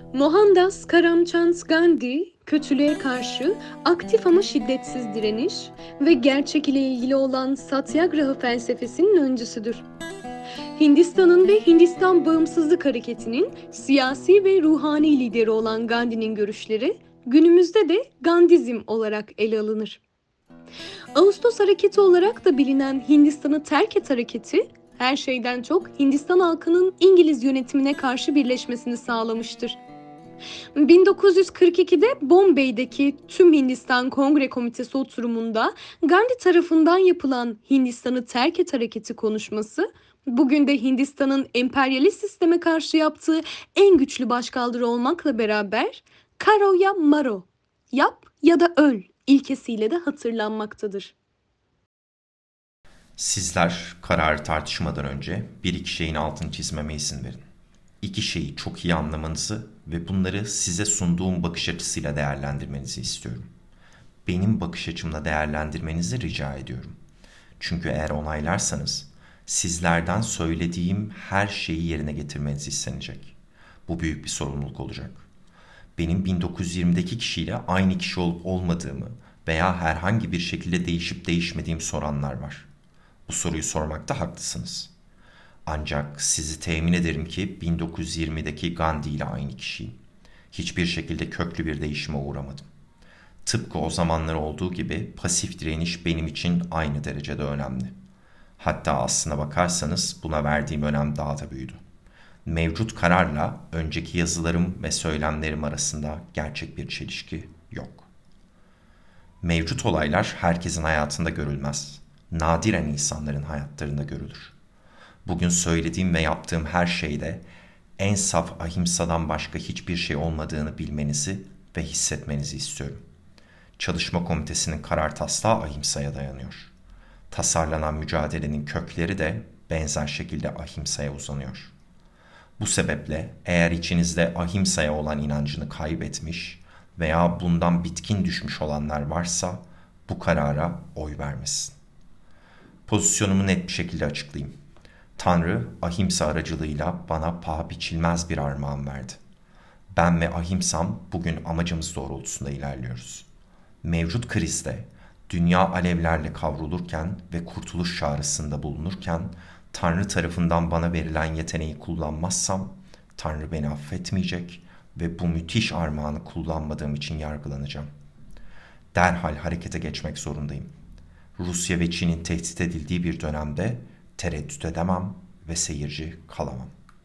Mohandas Karamchand Gandhi, kötülüğe karşı aktif ama şiddetsiz direniş ve gerçek ile ilgili olan Satyagraha felsefesinin öncüsüdür. Hindistan'ın ve Hindistan Bağımsızlık Hareketi'nin siyasi ve ruhani lideri olan Gandhi'nin görüşleri günümüzde de Gandizm olarak ele alınır. Ağustos Hareketi olarak da bilinen Hindistan'ı terk et hareketi, her şeyden çok Hindistan halkının İngiliz yönetimine karşı birleşmesini sağlamıştır. 1942'de Bombay'deki Tüm Hindistan Kongre Komitesi oturumunda Gandhi tarafından yapılan Hindistan'ı terk et hareketi konuşması, bugün de Hindistan'ın emperyalist sisteme karşı yaptığı en güçlü başkaldırı olmakla beraber "Karo ya maro", yap ya da öl ilkesiyle de hatırlanmaktadır. Sizler kararı tartışmadan önce bir iki şeyin altını çizmeme izin verin. İki şeyi çok iyi anlamanızı ve bunları size sunduğum bakış açısıyla değerlendirmenizi istiyorum. Benim bakış açımla değerlendirmenizi rica ediyorum. Çünkü eğer onaylarsanız sizlerden söylediğim her şeyi yerine getirmeniz istenecek. Bu büyük bir sorumluluk olacak. Benim 1920'deki kişiyle aynı kişi olup olmadığımı veya herhangi bir şekilde değişip değişmediğimi soranlar var. Bu soruyu sormakta haklısınız. Ancak sizi temin ederim ki 1920'deki Gandhi ile aynı kişiyim. Hiçbir şekilde köklü bir değişime uğramadım. Tıpkı o zamanlar olduğu gibi pasif direniş benim için aynı derecede önemli. Hatta aslına bakarsanız buna verdiğim önem daha da büyüdü. Mevcut kararla önceki yazılarım ve söylemlerim arasında gerçek bir çelişki yok. Mevcut olaylar herkesin hayatında görülmez. Nadiren insanların hayatlarında görülür. Bugün söylediğim ve yaptığım her şeyde en saf ahimsadan başka hiçbir şey olmadığını bilmenizi ve hissetmenizi istiyorum. Çalışma komitesinin karar taslağı ahimsaya dayanıyor. Tasarlanan mücadelenin kökleri de benzer şekilde ahimsaya uzanıyor. Bu sebeple eğer içinizde ahimsaya olan inancını kaybetmiş veya bundan bitkin düşmüş olanlar varsa bu karara oy vermesin. Pozisyonumu net bir şekilde açıklayayım. Tanrı ahimsa aracılığıyla bana paha biçilmez bir armağan verdi. Ben ve ahimsam bugün amacımız doğrultusunda ilerliyoruz. Mevcut krizde dünya alevlerle kavrulurken ve kurtuluş çağrısında bulunurken Tanrı tarafından bana verilen yeteneği kullanmazsam Tanrı beni affetmeyecek ve bu müthiş armağanı kullanmadığım için yargılanacağım. Derhal harekete geçmek zorundayım. Rusya ve Çin'in tehdit edildiği bir dönemde tereddüt edemem ve seyirci kalamam.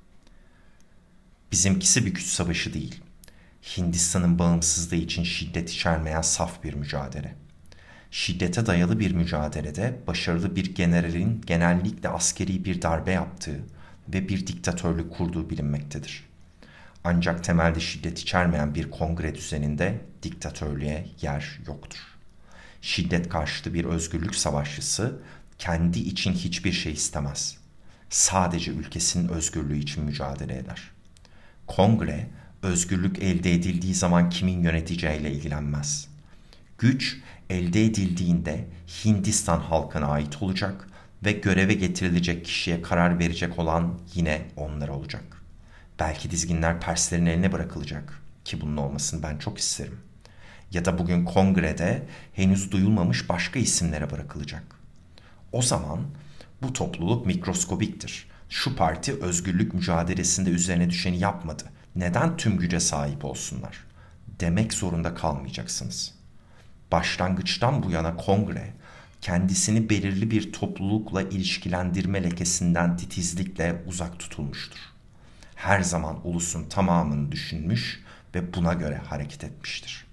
Bizimkisi bir güç savaşı değil. Hindistan'ın bağımsızlığı için şiddet içermeyen saf bir mücadele. Şiddete dayalı bir mücadelede başarılı bir generalin genellikle askeri bir darbe yaptığı ve bir diktatörlük kurduğu bilinmektedir. Ancak temelde şiddet içermeyen bir kongre düzeninde diktatörlüğe yer yoktur. Şiddet karşıtı bir özgürlük savaşçısı kendi için hiçbir şey istemez. Sadece ülkesinin özgürlüğü için mücadele eder. Kongre, özgürlük elde edildiği zaman kimin yöneteceğiyle ilgilenmez. Güç elde edildiğinde Hindistan halkına ait olacak ve göreve getirilecek kişiye karar verecek olan yine onlar olacak. Belki dizginler Perslerin eline bırakılacak ki bunun olmasını ben çok isterim. Ya da bugün kongrede henüz duyulmamış başka isimlere bırakılacak. O zaman bu topluluk mikroskobiktir. Şu parti özgürlük mücadelesinde üzerine düşeni yapmadı. Neden tüm güce sahip olsunlar? Demek zorunda kalmayacaksınız. Başlangıçtan bu yana kongre kendisini belirli bir toplulukla ilişkilendirme lekesinden titizlikle uzak tutulmuştur. Her zaman ulusun tamamını düşünmüş ve buna göre hareket etmiştir.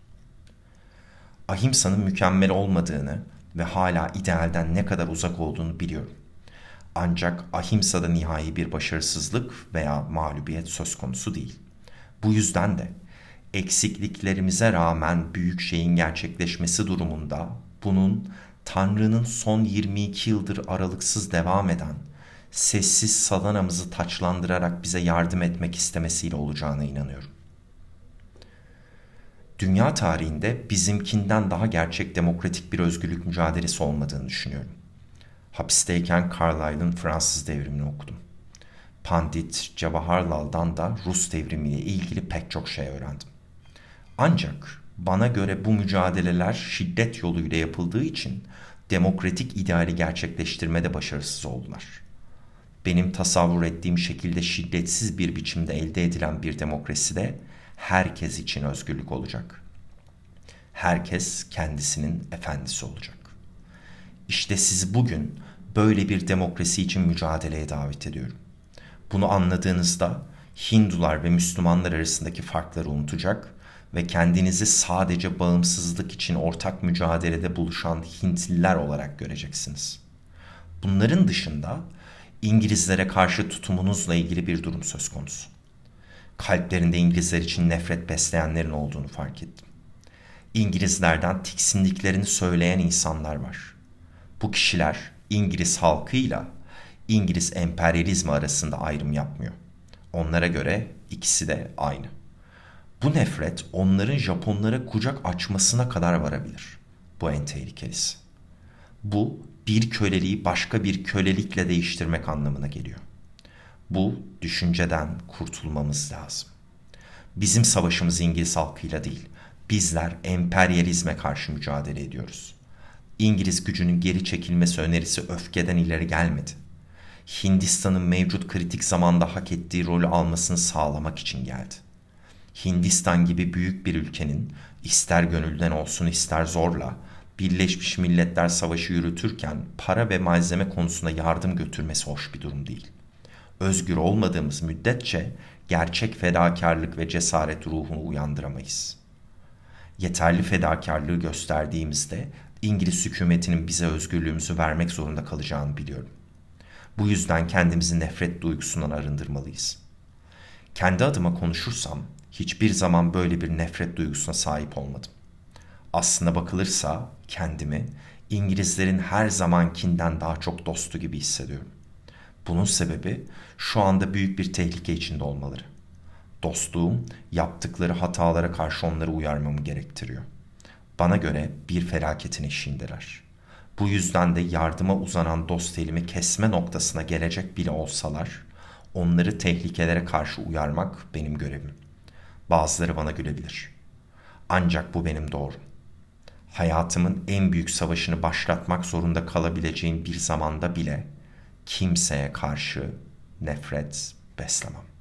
Ahimsa'nın mükemmel olmadığını ve hala idealden ne kadar uzak olduğunu biliyorum. Ancak ahimsada nihai bir başarısızlık veya mağlubiyet söz konusu değil. Bu yüzden de eksikliklerimize rağmen büyük şeyin gerçekleşmesi durumunda bunun Tanrı'nın son 22 yıldır aralıksız devam eden sessiz sadanamızı taçlandırarak bize yardım etmek istemesiyle olacağına inanıyorum. Dünya tarihinde bizimkinden daha gerçek demokratik bir özgürlük mücadelesi olmadığını düşünüyorum. Hapisteyken Carlyle'ın Fransız Devrimini okudum. Pandit Jawaharlal'dan da Rus devrimiyle ilgili pek çok şey öğrendim. Ancak bana göre bu mücadeleler şiddet yoluyla yapıldığı için demokratik ideali gerçekleştirmede başarısız oldular. Benim tasavvur ettiğim şekilde şiddetsiz bir biçimde elde edilen bir demokraside herkes için özgürlük olacak. Herkes kendisinin efendisi olacak. İşte sizi bugün böyle bir demokrasi için mücadeleye davet ediyorum. Bunu anladığınızda Hindular ve Müslümanlar arasındaki farkları unutacak ve kendinizi sadece bağımsızlık için ortak mücadelede buluşan Hintliler olarak göreceksiniz. Bunların dışında İngilizlere karşı tutumunuzla ilgili bir durum söz konusu. Kalplerinde İngilizler için nefret besleyenlerin olduğunu fark ettim. İngilizlerden tiksindiklerini söyleyen insanlar var. Bu kişiler İngiliz halkıyla İngiliz emperyalizmi arasında ayrım yapmıyor. Onlara göre ikisi de aynı. Bu nefret onların Japonlara kucak açmasına kadar varabilir. Bu en tehlikelisi. Bu bir köleliği başka bir kölelikle değiştirmek anlamına geliyor. Bu düşünceden kurtulmamız lazım. Bizim savaşımız İngiliz halkıyla değil. Bizler emperyalizme karşı mücadele ediyoruz. İngiliz gücünün geri çekilmesi önerisi öfkeden ileri gelmedi. Hindistan'ın mevcut kritik zamanda hak ettiği rolü almasını sağlamak için geldi. Hindistan gibi büyük bir ülkenin ister gönülden olsun ister zorla Birleşmiş Milletler Savaşı yürütürken para ve malzeme konusunda yardım götürmesi hoş bir durum değil. Özgür olmadığımız müddetçe gerçek fedakarlık ve cesaret ruhunu uyandıramayız. Yeterli fedakarlığı gösterdiğimizde İngiliz hükümetinin bize özgürlüğümüzü vermek zorunda kalacağını biliyorum. Bu yüzden kendimizi nefret duygusundan arındırmalıyız. Kendi adıma konuşursam hiçbir zaman böyle bir nefret duygusuna sahip olmadım. Aslına bakılırsa kendimi İngilizlerin her zamankinden daha çok dostu gibi hissediyorum. Bunun sebebi şu anda büyük bir tehlike içinde olmaları. Dostluğum yaptıkları hatalara karşı onları uyarmamı gerektiriyor. Bana göre bir felaketin eşiğindeler. Bu yüzden de yardıma uzanan dost elimi kesme noktasına gelecek bile olsalar, onları tehlikelere karşı uyarmak benim görevim. Bazıları bana gülebilir. Ancak bu benim doğrum. Hayatımın en büyük savaşını başlatmak zorunda kalabileceğim bir zamanda bile kimseye karşı nefret beslemem.